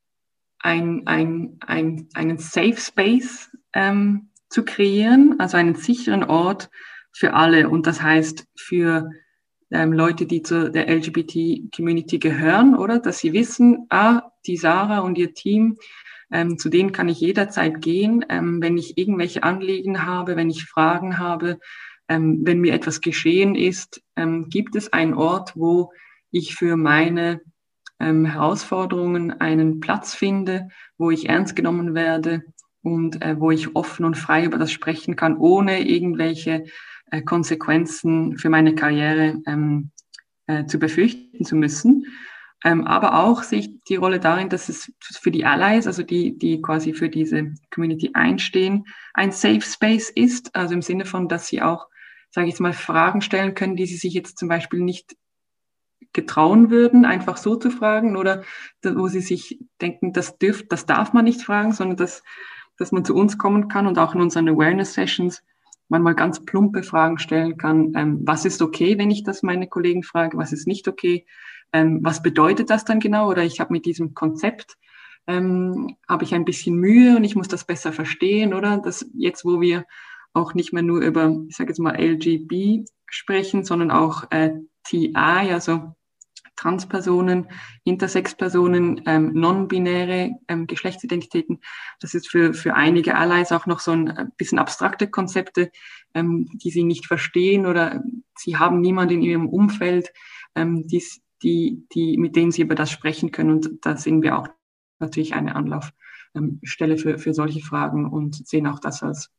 [SPEAKER 2] ein, ein, ein, einen Safe Space ähm, zu kreieren, also einen sicheren Ort für alle. Und das heißt für ähm, Leute, die zu der L G B T-Community gehören, oder? Dass sie wissen, ah, die Sarah und ihr Team, ähm, zu denen kann ich jederzeit gehen, ähm, wenn ich irgendwelche Anliegen habe, wenn ich Fragen habe, ähm, wenn mir etwas geschehen ist, ähm, gibt es einen Ort, wo ich für meine ähm, Herausforderungen einen Platz finde, wo ich ernst genommen werde und äh, wo ich offen und frei über das sprechen kann, ohne irgendwelche äh, Konsequenzen für meine Karriere ähm, äh, zu befürchten zu müssen. Ähm, aber auch sehe ich die Rolle darin, dass es für die Allies, also die, die quasi für diese Community einstehen, ein Safe Space ist. Also im Sinne von, dass sie auch, sage ich jetzt mal, Fragen stellen können, die sie sich jetzt zum Beispiel nicht getrauen würden, einfach so zu fragen, oder wo sie sich denken, das dürft, das darf man nicht fragen, sondern dass, dass man zu uns kommen kann und auch in unseren Awareness-Sessions manchmal ganz plumpe Fragen stellen kann. Ähm, was ist okay, wenn ich das meine Kollegen frage? Was ist nicht okay? Ähm, was bedeutet das dann genau? Oder ich habe mit diesem Konzept, ähm, habe ich ein bisschen Mühe und ich muss das besser verstehen, oder? Das jetzt, wo wir auch nicht mehr nur über, ich sage jetzt mal L G B sprechen, sondern auch äh, T I, also Transpersonen, Intersex-Personen, ähm, non-binäre ähm, Geschlechtsidentitäten. Das ist für, für einige Allies auch noch so ein bisschen abstrakte Konzepte, ähm, die sie nicht verstehen, oder sie haben niemanden in ihrem Umfeld, ähm, die, die, die, mit denen sie über das sprechen können. Und da sehen wir auch natürlich eine Anlaufstelle für, für solche Fragen und sehen auch das als,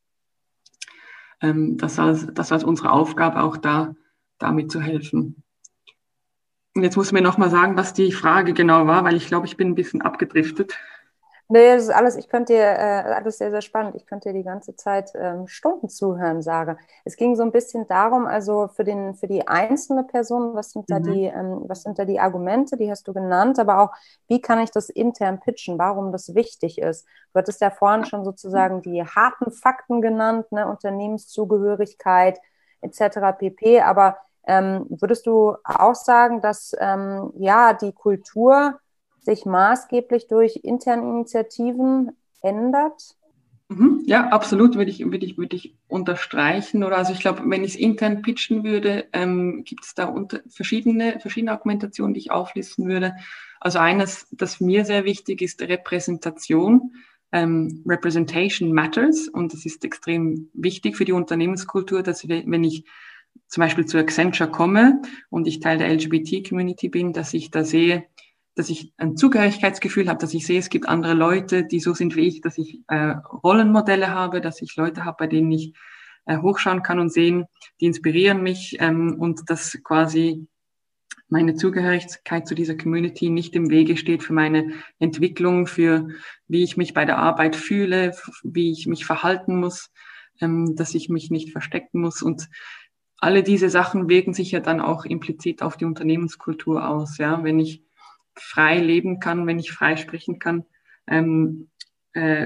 [SPEAKER 2] ähm, das als, das als unsere Aufgabe, auch da damit zu helfen. Und jetzt muss mir noch mal sagen, was die Frage genau war, weil ich glaube, ich bin ein bisschen abgedriftet.
[SPEAKER 3] Nee, das ist alles, ich könnte dir, äh, alles sehr, sehr spannend. Ich könnte dir die ganze Zeit ähm, Stunden zuhören, sage. Es ging so ein bisschen darum, also für den, für die einzelne Person, was sind da
[SPEAKER 2] Mhm.
[SPEAKER 3] die, ähm, was sind da die Argumente, die hast du genannt, aber auch, wie kann ich das intern pitchen, warum das wichtig ist. Du hattest ja vorhin schon sozusagen die harten Fakten genannt, ne, Unternehmenszugehörigkeit et cetera pp. Aber ähm, würdest du auch sagen, dass ähm, ja die Kultur sich maßgeblich durch interne Initiativen ändert?
[SPEAKER 2] Ja, absolut, würde ich, würde ich, würde ich unterstreichen. Oder also ich glaube, wenn ich es intern pitchen würde, ähm, gibt es da unter, verschiedene, verschiedene Argumentationen, die ich auflisten würde. Also eines, das mir sehr wichtig ist, Repräsentation. Ähm, Representation matters, und es ist extrem wichtig für die Unternehmenskultur, dass wir, wenn ich zum Beispiel zu Accenture komme und ich Teil der L G B T-Community bin, dass ich da sehe, dass ich ein Zugehörigkeitsgefühl habe, dass ich sehe, es gibt andere Leute, die so sind wie ich, dass ich äh, Rollenmodelle habe, dass ich Leute habe, bei denen ich äh, hochschauen kann und sehen, die inspirieren mich, ähm, und dass quasi meine Zugehörigkeit zu dieser Community nicht im Wege steht für meine Entwicklung, für wie ich mich bei der Arbeit fühle, wie ich mich verhalten muss, ähm, dass ich mich nicht verstecken muss. Und alle diese Sachen wirken sich ja dann auch implizit auf die Unternehmenskultur aus. Ja, wenn ich frei leben kann, wenn ich frei sprechen kann, ähm, äh,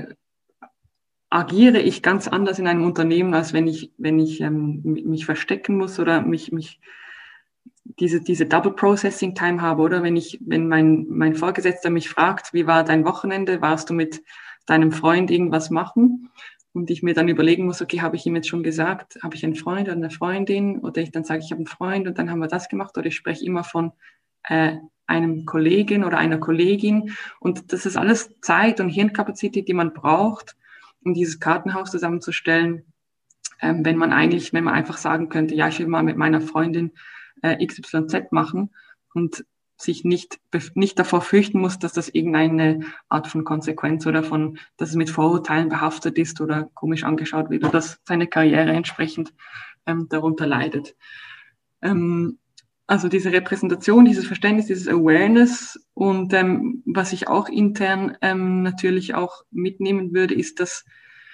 [SPEAKER 2] agiere ich ganz anders in einem Unternehmen, als wenn ich, wenn ich ähm, mich verstecken muss oder mich, mich diese, diese Double Processing Time habe, oder wenn ich, wenn mein, mein Vorgesetzter mich fragt, wie war dein Wochenende, warst du mit deinem Freund irgendwas machen? Und ich mir dann überlegen muss, okay, habe ich ihm jetzt schon gesagt, habe ich einen Freund oder eine Freundin? Oder ich dann sage, ich habe einen Freund und dann haben wir das gemacht. Oder ich spreche immer von äh, einem Kollegen oder einer Kollegin. Und das ist alles Zeit und Hirnkapazität, die man braucht, um dieses Kartenhaus zusammenzustellen. Ähm, wenn man eigentlich, wenn man einfach sagen könnte, ja, ich will mal mit meiner Freundin äh, X Y Z machen und sich nicht, nicht davor fürchten muss, dass das irgendeine Art von Konsequenz oder von, dass es mit Vorurteilen behaftet ist oder komisch angeschaut wird oder dass seine Karriere entsprechend ähm, darunter leidet. Ähm, also diese Repräsentation, dieses Verständnis, dieses Awareness, und ähm, was ich auch intern ähm, natürlich auch mitnehmen würde, ist, dass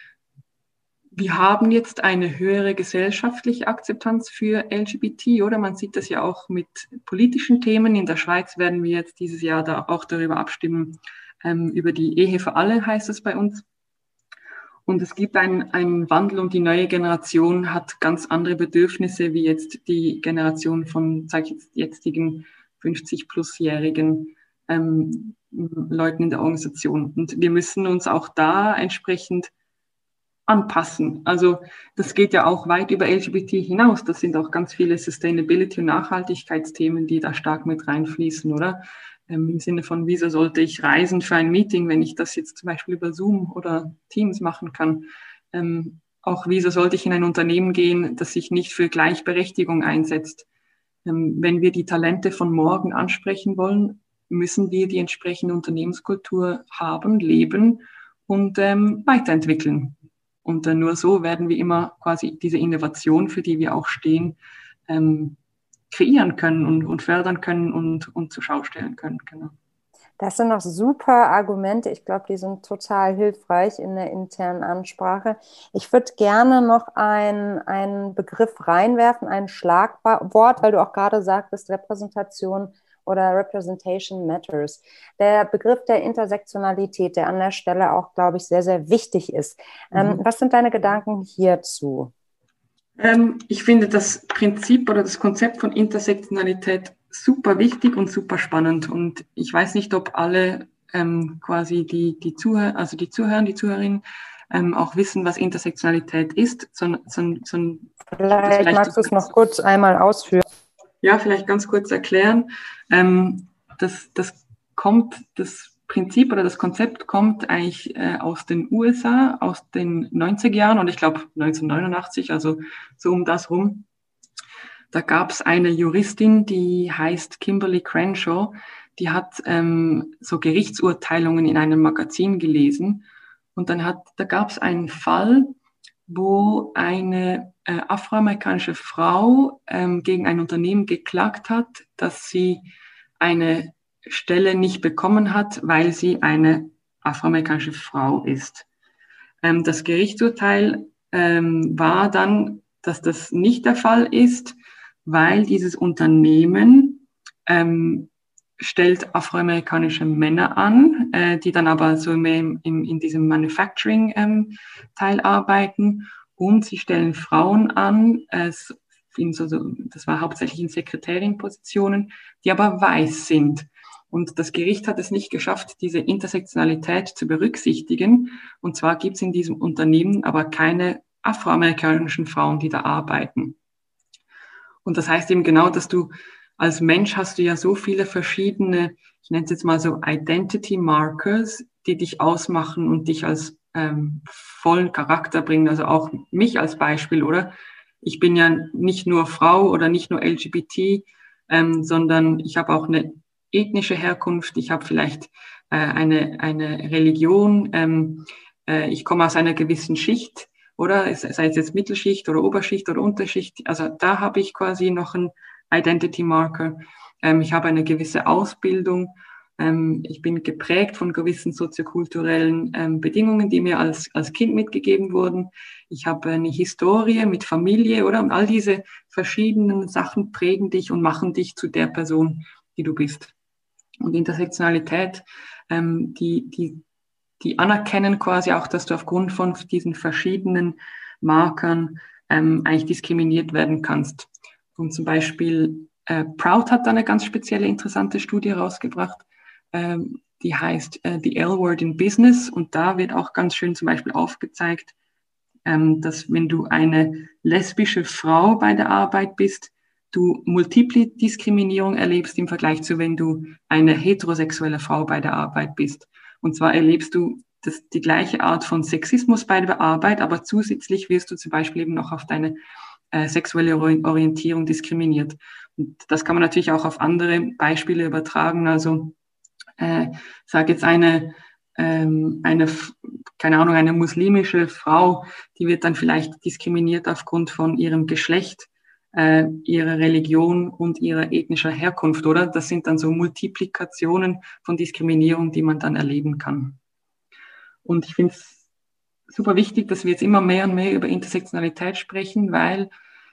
[SPEAKER 2] wir haben jetzt eine höhere gesellschaftliche Akzeptanz für L G B T, oder? Man sieht das ja auch mit politischen Themen. In der Schweiz werden wir jetzt dieses Jahr da auch darüber abstimmen, ähm, über die Ehe für alle, heißt es bei uns. Und es gibt einen, einen Wandel, und die neue Generation hat ganz andere Bedürfnisse, wie jetzt die Generation von, sag ich jetzt, jetzigen fünfzig-plus-jährigen ähm, Leuten in der Organisation. Und wir müssen uns auch da entsprechend anpassen. Also das geht ja auch weit über L G B T hinaus. Das sind auch ganz viele Sustainability- und Nachhaltigkeitsthemen, die da stark mit reinfließen, oder? Ähm, Im Sinne von, wieso sollte ich reisen für ein Meeting, wenn ich das jetzt zum Beispiel über Zoom oder Teams machen kann? Ähm, auch wieso sollte ich in ein Unternehmen gehen, das sich nicht für Gleichberechtigung einsetzt? Ähm, wenn wir die Talente von morgen ansprechen wollen, müssen wir die entsprechende Unternehmenskultur haben, leben und ähm, weiterentwickeln. Und äh, nur so werden wir immer quasi diese Innovation, für die wir auch stehen, ähm, kreieren können und, und fördern können und, und zur Schau stellen können. Genau.
[SPEAKER 3] Das sind noch super Argumente. Ich glaube, die sind total hilfreich in der internen Ansprache. Ich würde gerne noch einen Begriff reinwerfen, ein Schlagwort, weil du auch gerade sagtest, Repräsentation oder Representation Matters. Der Begriff der Intersektionalität, der an der Stelle auch, glaube ich, sehr, sehr wichtig ist. Mhm. Ähm, was sind deine Gedanken hierzu?
[SPEAKER 2] Ähm, ich finde das Prinzip oder das Konzept von Intersektionalität super wichtig und super spannend. Und ich weiß nicht, ob alle ähm, quasi die, die Zuhörer, also die Zuhörer, die Zuhörerinnen ähm, auch wissen, was Intersektionalität ist. So, so, so,
[SPEAKER 3] vielleicht, vielleicht magst du es noch kurz einmal ausführen.
[SPEAKER 2] Ja, vielleicht ganz kurz erklären. Ähm, das, das kommt, das Prinzip oder das Konzept kommt eigentlich äh, aus den U S A, aus den neunziger Jahren und ich glaube neunzehnhundertneunundachtzig, also so um das rum. Da gab es eine Juristin, die heißt Kimberly Crenshaw, die hat ähm, so Gerichtsurteilungen in einem Magazin gelesen und dann hat, da gab es einen Fall, wo eine äh, afroamerikanische Frau ähm, gegen ein Unternehmen geklagt hat, dass sie eine Stelle nicht bekommen hat, weil sie eine afroamerikanische Frau ist. Ähm, das Gerichtsurteil ähm, war dann, dass das nicht der Fall ist, weil dieses Unternehmen ähm, stellt afroamerikanische Männer an, äh, die dann aber so mehr im, im, in diesem Manufacturing-Teil ähm, arbeiten und sie stellen Frauen an, äh, in so, das war hauptsächlich in Sekretärinnenpositionen, die aber weiß sind. Und das Gericht hat es nicht geschafft, diese Intersektionalität zu berücksichtigen. Und zwar gibt es in diesem Unternehmen aber keine afroamerikanischen Frauen, die da arbeiten. Und das heißt eben genau, dass du als Mensch hast du ja so viele verschiedene, ich nenne es jetzt mal so Identity Markers, die dich ausmachen und dich als ähm, vollen Charakter bringen. Also auch mich als Beispiel, oder? Ich bin ja nicht nur Frau oder nicht nur L G B T, ähm, sondern ich habe auch eine ethnische Herkunft. Ich habe vielleicht äh, eine, eine Religion. Ähm, äh, ich komme aus einer gewissen Schicht, oder? Sei es jetzt Mittelschicht oder Oberschicht oder Unterschicht. Also da habe ich quasi noch ein Identity Marker. Ähm, ich habe eine gewisse Ausbildung. Ähm, ich bin geprägt von gewissen soziokulturellen ähm, Bedingungen, die mir als, als Kind mitgegeben wurden. Ich habe eine Historie mit Familie, oder? Und all diese verschiedenen Sachen prägen dich und machen dich zu der Person, die du bist. Und Intersektionalität, ähm, die, die, die anerkennen quasi auch, dass du aufgrund von diesen verschiedenen Markern ähm, eigentlich diskriminiert werden kannst. Und zum Beispiel äh, Proud hat da eine ganz spezielle, interessante Studie rausgebracht, ähm, die heißt äh, The L-Word in Business. Und da wird auch ganz schön zum Beispiel aufgezeigt, ähm, dass wenn du eine lesbische Frau bei der Arbeit bist, du multiple Diskriminierung erlebst im Vergleich zu, wenn du eine heterosexuelle Frau bei der Arbeit bist. Und zwar erlebst du das, die gleiche Art von Sexismus bei der Arbeit, aber zusätzlich wirst du zum Beispiel eben noch auf deine äh, sexuelle Orientierung diskriminiert. Und das kann man natürlich auch auf andere Beispiele übertragen. Also äh, sage jetzt eine, ähm, eine, keine Ahnung, eine muslimische Frau, die wird dann vielleicht diskriminiert aufgrund von ihrem Geschlecht, äh, ihrer Religion und ihrer ethnischer Herkunft, oder? Das sind dann so Multiplikationen von Diskriminierung, die man dann erleben kann. Und ich finde es super wichtig, dass wir jetzt immer mehr und mehr über Intersektionalität sprechen, weil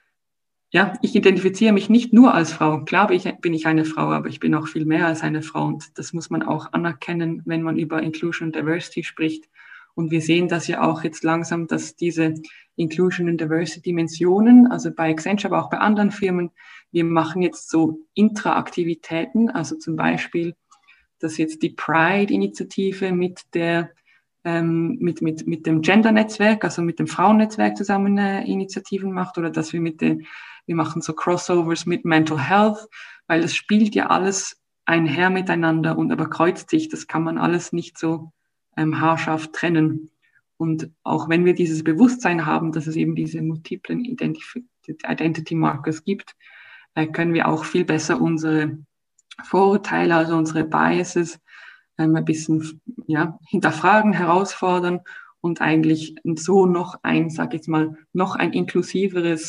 [SPEAKER 2] ja, ich identifiziere mich nicht nur als Frau. Klar bin ich, bin ich eine Frau, aber ich bin auch viel mehr als eine Frau. Und das muss man auch anerkennen, wenn man über Inclusion und Diversity spricht. Und wir sehen das ja auch jetzt langsam, dass diese Inclusion und Diversity Dimensionen, also bei Accenture, aber auch bei anderen Firmen, wir machen jetzt so Intraaktivitäten, also zum Beispiel, dass jetzt die Pride-Initiative mit der ähm, mit, mit, mit dem Gender-Netzwerk, also mit dem Frauennetzwerk zusammen äh, Initiativen macht, oder dass wir mit den, wir machen so Crossovers mit Mental Health, weil das spielt ja alles einher miteinander und überkreuzt sich. Das kann man alles nicht so ähm, haarscharf trennen. Und auch wenn wir dieses Bewusstsein haben, dass es eben diese multiplen Identif- Identity Markers gibt, äh, können wir auch viel besser unsere Vorurteile, also unsere Biases, ähm, ein bisschen ja, hinterfragen, herausfordern und eigentlich so noch ein, sag ich jetzt mal, noch ein inklusiveres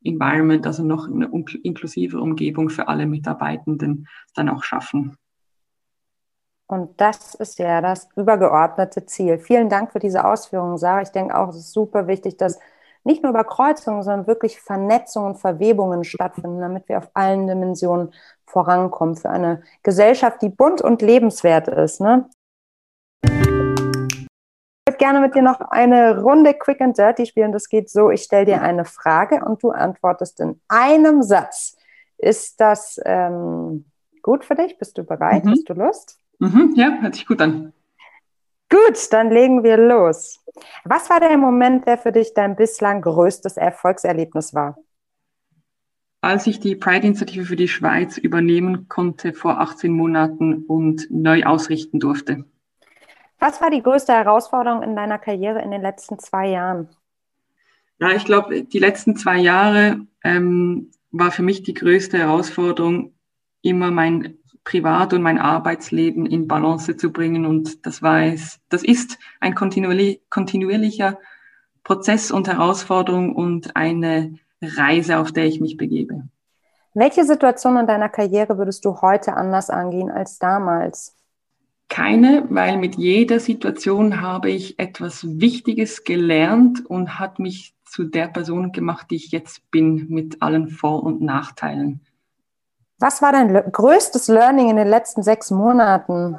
[SPEAKER 2] Environment, also noch eine inklusive Umgebung für alle Mitarbeitenden dann auch schaffen.
[SPEAKER 3] Und das ist ja das übergeordnete Ziel. Vielen Dank für diese Ausführungen, Sarah. Ich denke auch, es ist super wichtig, dass nicht nur Überkreuzungen, sondern wirklich Vernetzungen und Verwebungen stattfinden, damit wir auf allen Dimensionen vorankommen für eine Gesellschaft, die bunt und lebenswert ist. Ne? Ich würde gerne mit dir noch eine Runde Quick and Dirty spielen. Das geht so, ich stelle dir eine Frage und du antwortest in einem Satz. Ist das ähm, gut für dich? Bist du bereit? Mhm. Hast du Lust?
[SPEAKER 2] Mhm, ja, hört sich gut an.
[SPEAKER 3] Gut, dann legen wir los. Was war der Moment, der für dich dein bislang größtes Erfolgserlebnis war?
[SPEAKER 2] Als ich die Pride-Initiative für die Schweiz übernehmen konnte vor achtzehn Monaten und neu ausrichten durfte.
[SPEAKER 3] Was war die größte Herausforderung in deiner Karriere in den letzten zwei Jahren?
[SPEAKER 2] Ja, ich glaube, die letzten zwei Jahre ähm, war für mich die größte Herausforderung, immer mein Privat- und mein Arbeitsleben in Balance zu bringen. Und das war es, das ist ein kontinuierlich, kontinuierlicher Prozess und Herausforderung und eine Reise, auf der ich mich begebe.
[SPEAKER 3] Welche Situation in deiner Karriere würdest du heute anders angehen als damals?
[SPEAKER 2] Keine, weil mit jeder Situation habe ich etwas Wichtiges gelernt und hat mich zu der Person gemacht, die ich jetzt bin, mit allen Vor- und Nachteilen.
[SPEAKER 3] Was war dein le- größtes Learning in den letzten sechs Monaten?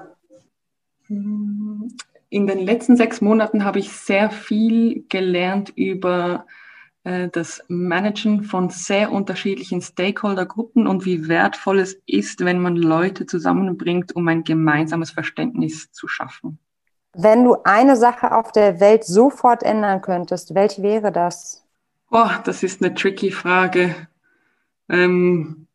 [SPEAKER 2] In den letzten sechs Monaten habe ich sehr viel gelernt über äh, das Managen von sehr unterschiedlichen Stakeholdergruppen und wie wertvoll es ist, wenn man Leute zusammenbringt, um ein gemeinsames Verständnis zu schaffen.
[SPEAKER 3] Wenn du eine Sache auf der Welt sofort ändern könntest, welche wäre das?
[SPEAKER 2] Oh, das ist eine tricky Frage. Ähm,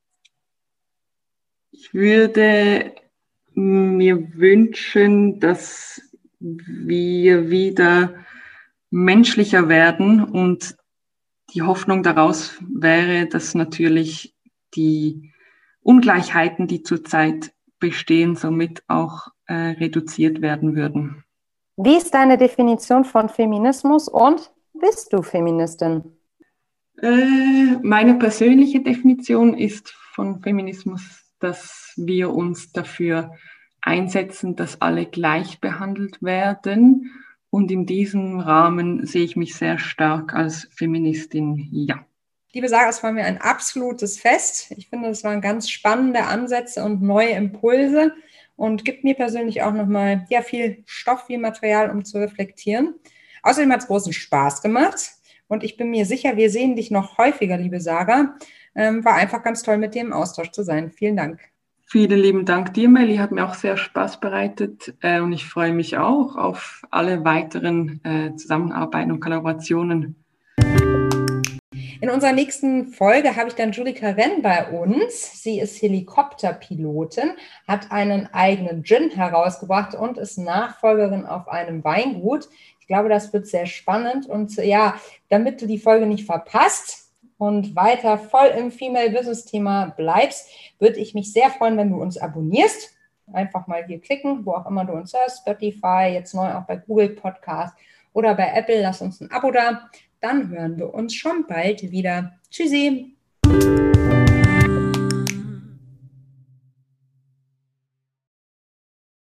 [SPEAKER 2] ich würde mir wünschen, dass wir wieder menschlicher werden und die Hoffnung daraus wäre, dass natürlich die Ungleichheiten, die zurzeit bestehen, somit auch äh, reduziert werden würden.
[SPEAKER 3] Wie ist deine Definition von Feminismus und bist du Feministin?
[SPEAKER 2] Äh, meine persönliche Definition ist von Feminismus, dass wir uns dafür einsetzen, dass alle gleich behandelt werden. Und in diesem Rahmen sehe ich mich sehr stark als Feministin, ja.
[SPEAKER 1] Liebe Sarah, es war mir ein absolutes Fest. Ich finde, es waren ganz spannende Ansätze und neue Impulse und gibt mir persönlich auch nochmal ja, viel Stoff, viel Material, um zu reflektieren. Außerdem hat es großen Spaß gemacht und ich bin mir sicher, wir sehen dich noch häufiger, liebe Sarah. Ähm, war einfach ganz toll, mit dir im Austausch zu sein. Vielen Dank.
[SPEAKER 2] Vielen lieben Dank dir, Melli. Hat mir auch sehr Spaß bereitet äh, und ich freue mich auch auf alle weiteren äh, Zusammenarbeiten und Kollaborationen.
[SPEAKER 1] In unserer nächsten Folge habe ich dann Julika Renn bei uns. Sie ist Helikopterpilotin, hat einen eigenen Gin herausgebracht und ist Nachfolgerin auf einem Weingut. Ich glaube, das wird sehr spannend. Und ja, damit du die Folge nicht verpasst und weiter voll im Female-Business-Thema bleibst, würde ich mich sehr freuen, wenn du uns abonnierst. Einfach mal hier klicken, wo auch immer du uns hörst, Spotify, jetzt neu auch bei Google Podcast oder bei Apple. Lass uns ein Abo da. Dann hören wir uns schon bald wieder. Tschüssi!